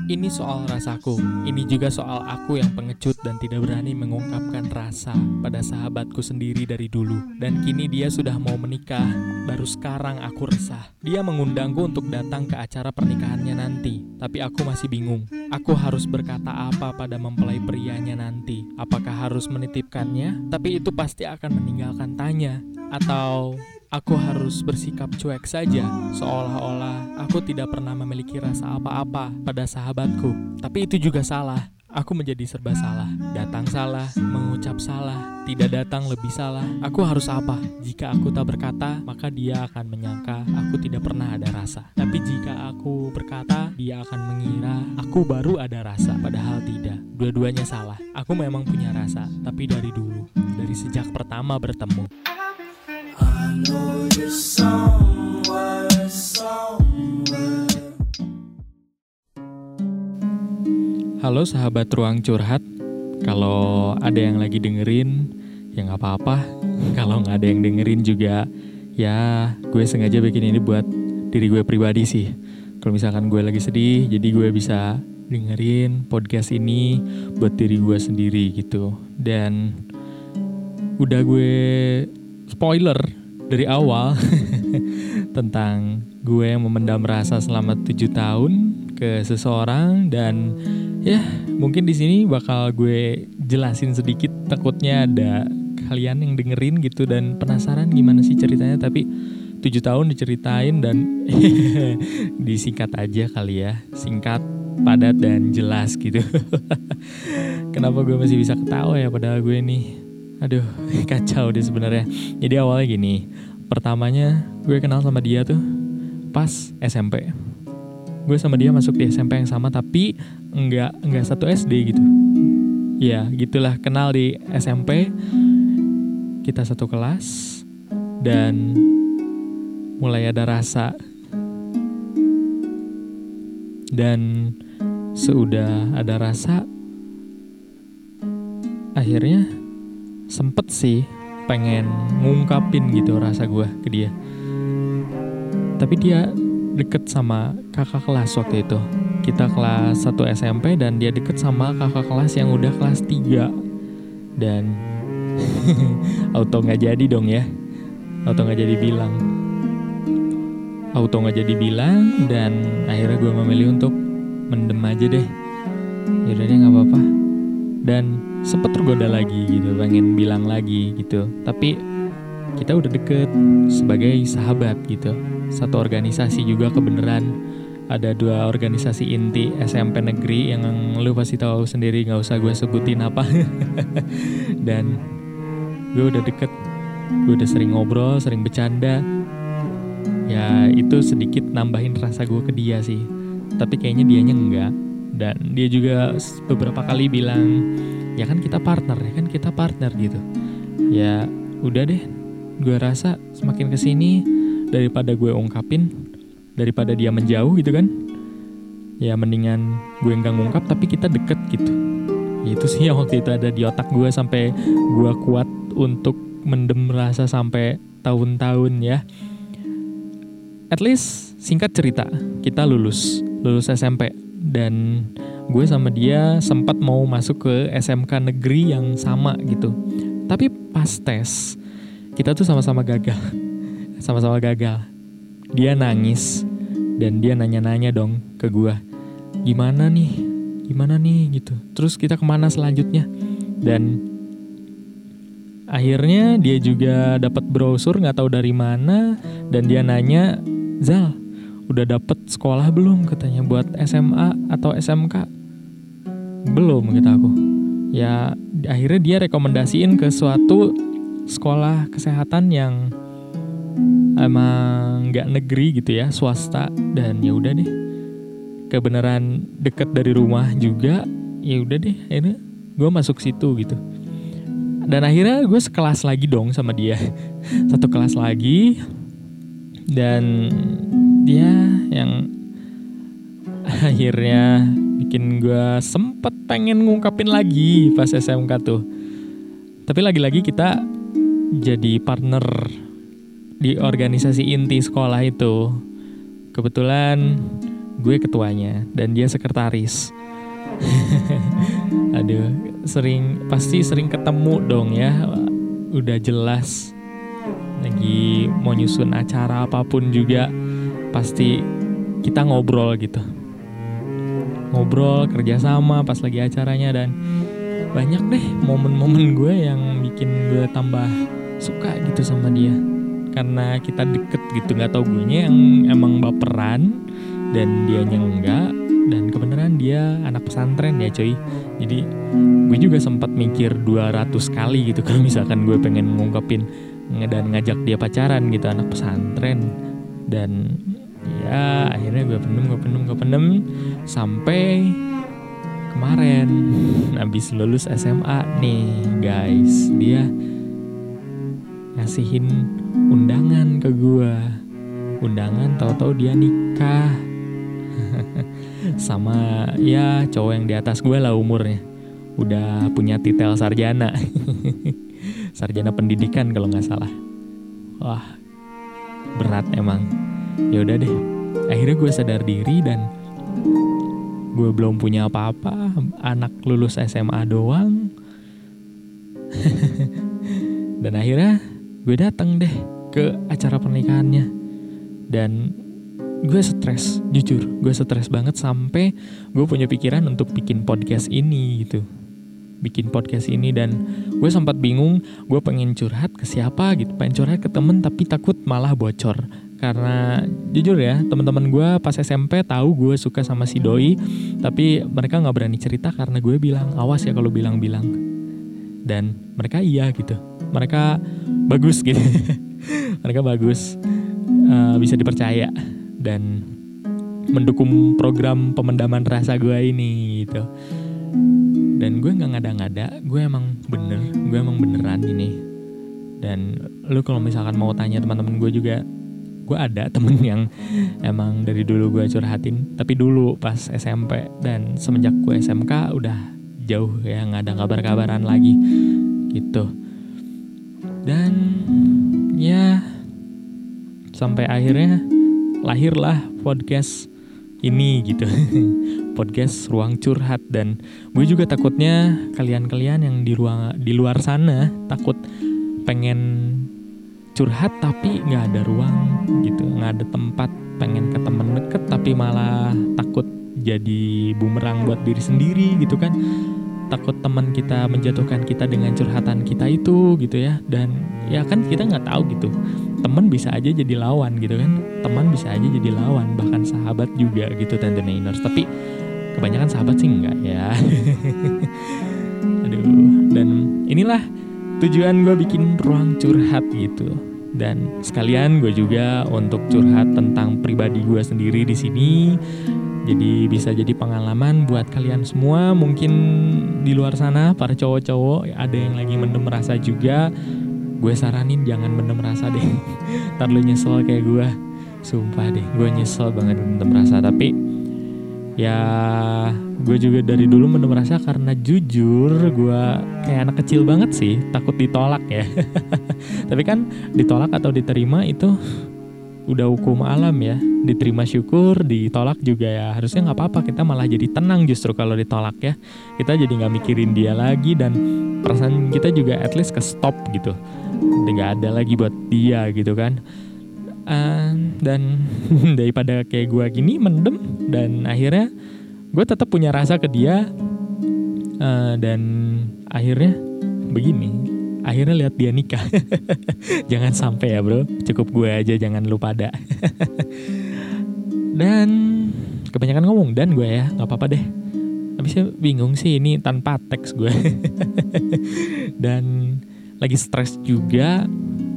Ini soal rasaku, ini juga soal aku yang pengecut dan tidak berani mengungkapkan rasa pada sahabatku sendiri dari dulu. Dan kini dia sudah mau menikah, baru sekarang aku resah. Dia mengundangku untuk datang ke acara pernikahannya nanti, tapi aku masih bingung. Aku harus berkata apa pada mempelai prianya nanti? Apakah harus menitipkannya? Tapi itu pasti akan meninggalkan tanya. Atau aku harus bersikap cuek saja, seolah-olah aku tidak pernah memiliki rasa apa-apa pada sahabatku. Tapi itu juga salah. Aku menjadi serba salah. Datang salah, mengucap salah, tidak datang lebih salah. Aku harus apa? Jika aku tak berkata, maka dia akan menyangka aku tidak pernah ada rasa. Tapi jika aku berkata, dia akan mengira aku baru ada rasa. Padahal tidak. Dua-duanya salah. Aku memang punya rasa, tapi dari dulu. Dari sejak pertama bertemu. I know you're somewhere. Halo sahabat ruang curhat. Kalau ada yang lagi dengerin, ya gak apa-apa. Kalau gak ada yang dengerin juga, ya gue sengaja bikin ini buat diri gue pribadi sih. Kalau misalkan gue lagi sedih, jadi gue bisa dengerin podcast ini buat diri gue sendiri gitu. Dan udah gue spoiler dari awal tentang gue yang memendam rasa selama 7 tahun ke seseorang. Dan ya mungkin di sini bakal gue jelasin sedikit, takutnya ada kalian yang dengerin gitu dan penasaran gimana sih ceritanya. Tapi 7 tahun diceritain dan disingkat aja kali ya, singkat, padat dan jelas gitu. Kenapa gue masih bisa ketawa ya padahal gue nih, aduh kacau deh sebenarnya. Jadi awalnya gini, pertamanya gue kenal sama dia tuh pas SMP. Gue sama dia masuk di SMP yang sama tapi enggak satu SD gitu. Ya gitulah, kenal di SMP, kita satu kelas dan mulai ada rasa. Dan seudah ada rasa, akhirnya sempet sih pengen ngungkapin gitu rasa gue ke dia. Tapi dia deket sama kakak kelas waktu itu. Kita kelas 1 SMP dan dia deket sama kakak kelas yang udah kelas 3. Dan auto gak jadi dong ya. Auto gak jadi bilang. Dan akhirnya gue memilih untuk mendem aja deh. Yaudah deh gak apa-apa. Dan sempet tergoda lagi gitu, pengen bilang lagi gitu. Tapi kita udah deket sebagai sahabat gitu. Satu organisasi juga kebenaran. Ada 2 organisasi inti SMP negeri yang lu pasti tahu sendiri, gak usah gue sebutin apa. Dan gue udah deket, gue udah sering ngobrol, sering bercanda. Ya itu sedikit nambahin rasa gue ke dia sih. Tapi kayaknya dianya enggak. Dan dia juga beberapa kali bilang, ya kan kita partner gitu. Ya udah deh, gue rasa semakin kesini daripada gue ungkapin, daripada dia menjauh gitu kan, ya mendingan gue nggak ngungkap tapi kita deket gitu. Ya itu sih yang waktu itu ada di otak gue, sampai gue kuat untuk mendem rasa sampai tahun-tahun ya. At least singkat cerita, kita lulus SMP. Dan gue sama dia sempat mau masuk ke SMK negeri yang sama gitu. Tapi pas tes, kita tuh sama-sama gagal. Dia nangis dan dia nanya-nanya dong ke gue, gimana nih gitu. Terus kita kemana selanjutnya? Dan akhirnya dia juga dapat brosur nggak tahu dari mana, dan dia nanya, Zal, udah dapet sekolah belum katanya buat SMA atau SMK? Belum, kata aku. Ya akhirnya dia rekomendasiin ke suatu sekolah kesehatan yang emang nggak negeri gitu ya, swasta. Dan ya udah deh, kebenaran deket dari rumah juga. Ya udah deh, akhirnya gue masuk situ gitu. Dan akhirnya gue sekelas lagi dong sama dia. Satu kelas lagi. Dan dia yang akhirnya bikin gue sempet pengen ngungkapin lagi pas SMK tuh. Tapi lagi-lagi kita jadi partner di organisasi inti sekolah itu. Kebetulan gue ketuanya dan dia sekretaris. Aduh, pasti sering ketemu dong ya. Udah jelas lagi mau nyusun acara apapun juga pasti kita ngobrol gitu. Ngobrol, kerjasama pas lagi acaranya, dan banyak deh momen-momen gue yang bikin gue tambah suka gitu sama dia. Karena kita deket gitu, gak tau guenya yang emang baperan dan dianya enggak. Dan kebenaran dia anak pesantren ya coy. Jadi gue juga sempat mikir 200 kali gitu kalau misalkan gue pengen ngungkapin dan ngajak dia pacaran gitu, anak pesantren. Dan ya akhirnya gue pendem sampai kemarin habis lulus SMA nih guys, dia ngasihin undangan ke gue. Undangan, tahu-tahu dia nikah sama ya cowok yang di atas gue lah umurnya. Udah punya titel sarjana. Sarjana pendidikan kalau nggak salah. Wah, berat emang. Ya udah deh. Akhirnya gue sadar diri dan gue belum punya apa-apa, anak lulus SMA doang. Dan akhirnya gue datang deh ke acara pernikahannya. Dan gue stres, jujur gue stres banget sampai gue punya pikiran untuk bikin podcast ini gitu. Bikin podcast ini, dan gue sempat bingung gue pengen curhat ke siapa gitu. Pengen curhat ke temen tapi takut malah bocor. Karena jujur ya, teman-teman gue pas SMP tahu gue suka sama si doi, tapi mereka nggak berani cerita karena gue bilang awas ya kalau bilang-bilang. Dan mereka iya gitu, mereka bagus gitu. Mereka bagus, bisa dipercaya dan mendukung program pemendaman rasa gue ini gitu. Dan gue nggak ngada-ngada, gue emang beneran ini. Dan lu kalau misalkan mau tanya teman-teman gue juga, gue ada temen yang emang dari dulu gue curhatin, tapi dulu pas SMP. Dan semenjak gue SMK udah jauh ya, nggak ada kabar-kabaran lagi gitu. Dan ya sampai akhirnya lahirlah podcast ini gitu. Podcast Ruang Curhat. Dan gue juga takutnya kalian-kalian yang di luar sana takut pengen curhat tapi nggak ada ruang gitu, nggak ada tempat, pengen ke temen deket tapi malah takut jadi bumerang buat diri sendiri gitu kan. Takut teman kita menjatuhkan kita dengan curhatan kita itu gitu ya. Dan ya kan kita nggak tahu gitu, teman bisa aja jadi lawan gitu kan. Teman bisa aja jadi lawan, bahkan sahabat juga gitu Tendenainers. Tapi kebanyakan sahabat sih enggak ya. Aduh, dan inilah tujuan gue bikin Ruang Curhat gitu. Dan sekalian gue juga untuk curhat tentang pribadi gue sendiri di sini. Jadi bisa jadi pengalaman buat kalian semua. Mungkin di luar sana para cowok-cowok ada yang lagi mendem rasa juga. Gue saranin jangan mendem rasa deh. Ntar lu nyesel kayak gue. Sumpah deh, gue nyesel banget mendem rasa. Tapi ya gue juga dari dulu mendem rasa karena jujur gue kayak anak kecil banget sih, takut ditolak ya. Tapi kan ditolak atau diterima itu udah hukum alam ya. Diterima syukur, ditolak juga ya harusnya nggak apa-apa. Kita malah jadi tenang justru kalau ditolak ya. Kita jadi nggak mikirin dia lagi dan perasaan kita juga at least ke stop gitu. Udah nggak ada lagi buat dia gitu kan. Dan daripada kayak gue gini mendem, dan akhirnya gue tetap punya rasa ke dia. Dan akhirnya begini. Akhirnya lihat dia nikah. Jangan sampai ya bro, cukup gue aja, jangan lu pada. Dan kebanyakan ngomong dan gue ya, gak apa-apa deh. Habisnya bingung sih ini tanpa teks gue. Dan lagi stres juga.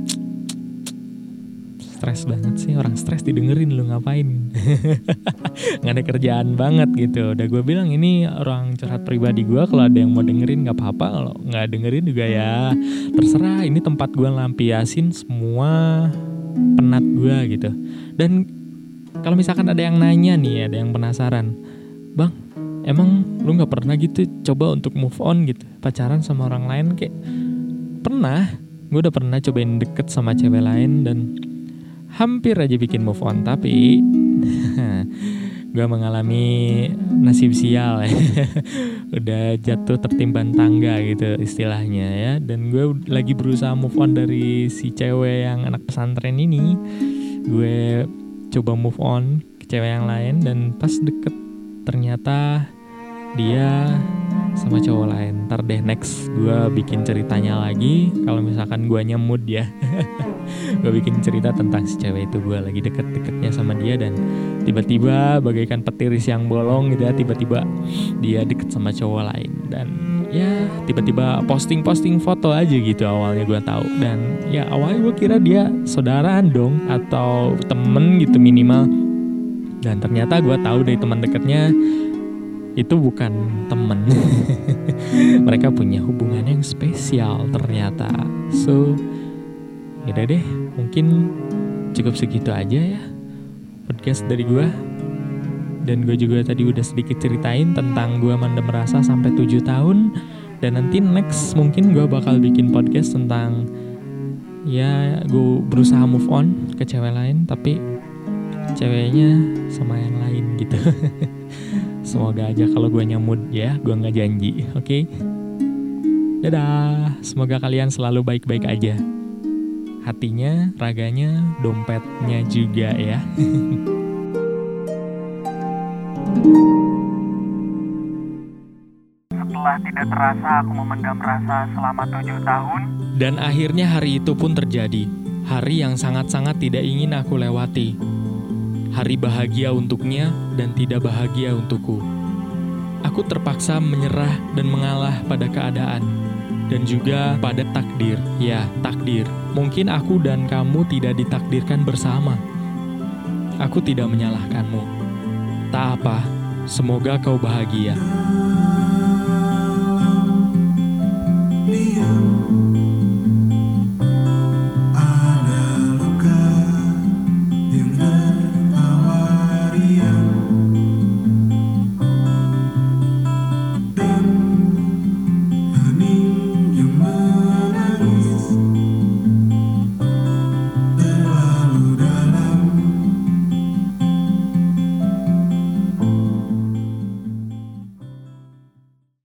Stres banget sih, orang stres didengerin lu ngapain. Gak ada kerjaan banget gitu. Udah gue bilang ini ruang curhat pribadi gue. Kalau ada yang mau dengerin gak apa-apa, kalau gak dengerin juga ya terserah. Ini tempat gue lampiasin semua penat gue gitu. Dan kalau misalkan ada yang nanya nih, ada yang penasaran, bang emang lu gak pernah gitu coba untuk move on gitu, pacaran sama orang lain? Kayak pernah, gue udah pernah cobain deket sama cewek lain dan hampir aja bikin move on. Tapi gue mengalami nasib sial ya. Udah jatuh tertimban tangga gitu istilahnya ya. Dan gue lagi berusaha move on dari si cewek yang anak pesantren ini. Gue coba move on ke cewek yang lain, dan pas deket ternyata dia sama cowok lain. Ntar deh next gue bikin ceritanya lagi kalau misalkan gue mood ya. Gue bikin cerita tentang si cewek itu. Gue lagi deket-deketnya sama dia, dan tiba-tiba bagaikan petir yang bolong gitu ya, tiba-tiba dia deket sama cowok lain. Dan ya tiba-tiba posting foto aja gitu awalnya gue tahu. Dan ya awalnya gue kira dia saudaraan dong, atau temen gitu minimal. Dan ternyata gue tahu dari teman dekatnya itu bukan temen. Mereka punya hubungan yang spesial ternyata. So, yaudah deh, mungkin cukup segitu aja ya podcast dari gue. Dan gue juga tadi udah sedikit ceritain tentang gue mendem rasa sampai 7 tahun. Dan nanti next mungkin gue bakal bikin podcast tentang ya gue berusaha move on ke cewek lain, tapi ceweknya sama yang lain gitu. Semoga aja kalau gue mood ya, gue gak janji, oke? Dadah, semoga kalian selalu baik-baik aja. Hatinya, raganya, dompetnya juga ya. Setelah tidak terasa aku memendam rasa selama 7 tahun. Dan akhirnya hari itu pun terjadi. Hari yang sangat-sangat tidak ingin aku lewati. Hari bahagia untuknya dan tidak bahagia untukku. Aku terpaksa menyerah dan mengalah pada keadaan. Dan juga pada takdir. Ya, takdir. Mungkin aku dan kamu tidak ditakdirkan bersama. Aku tidak menyalahkanmu. Tak apa, semoga kau bahagia.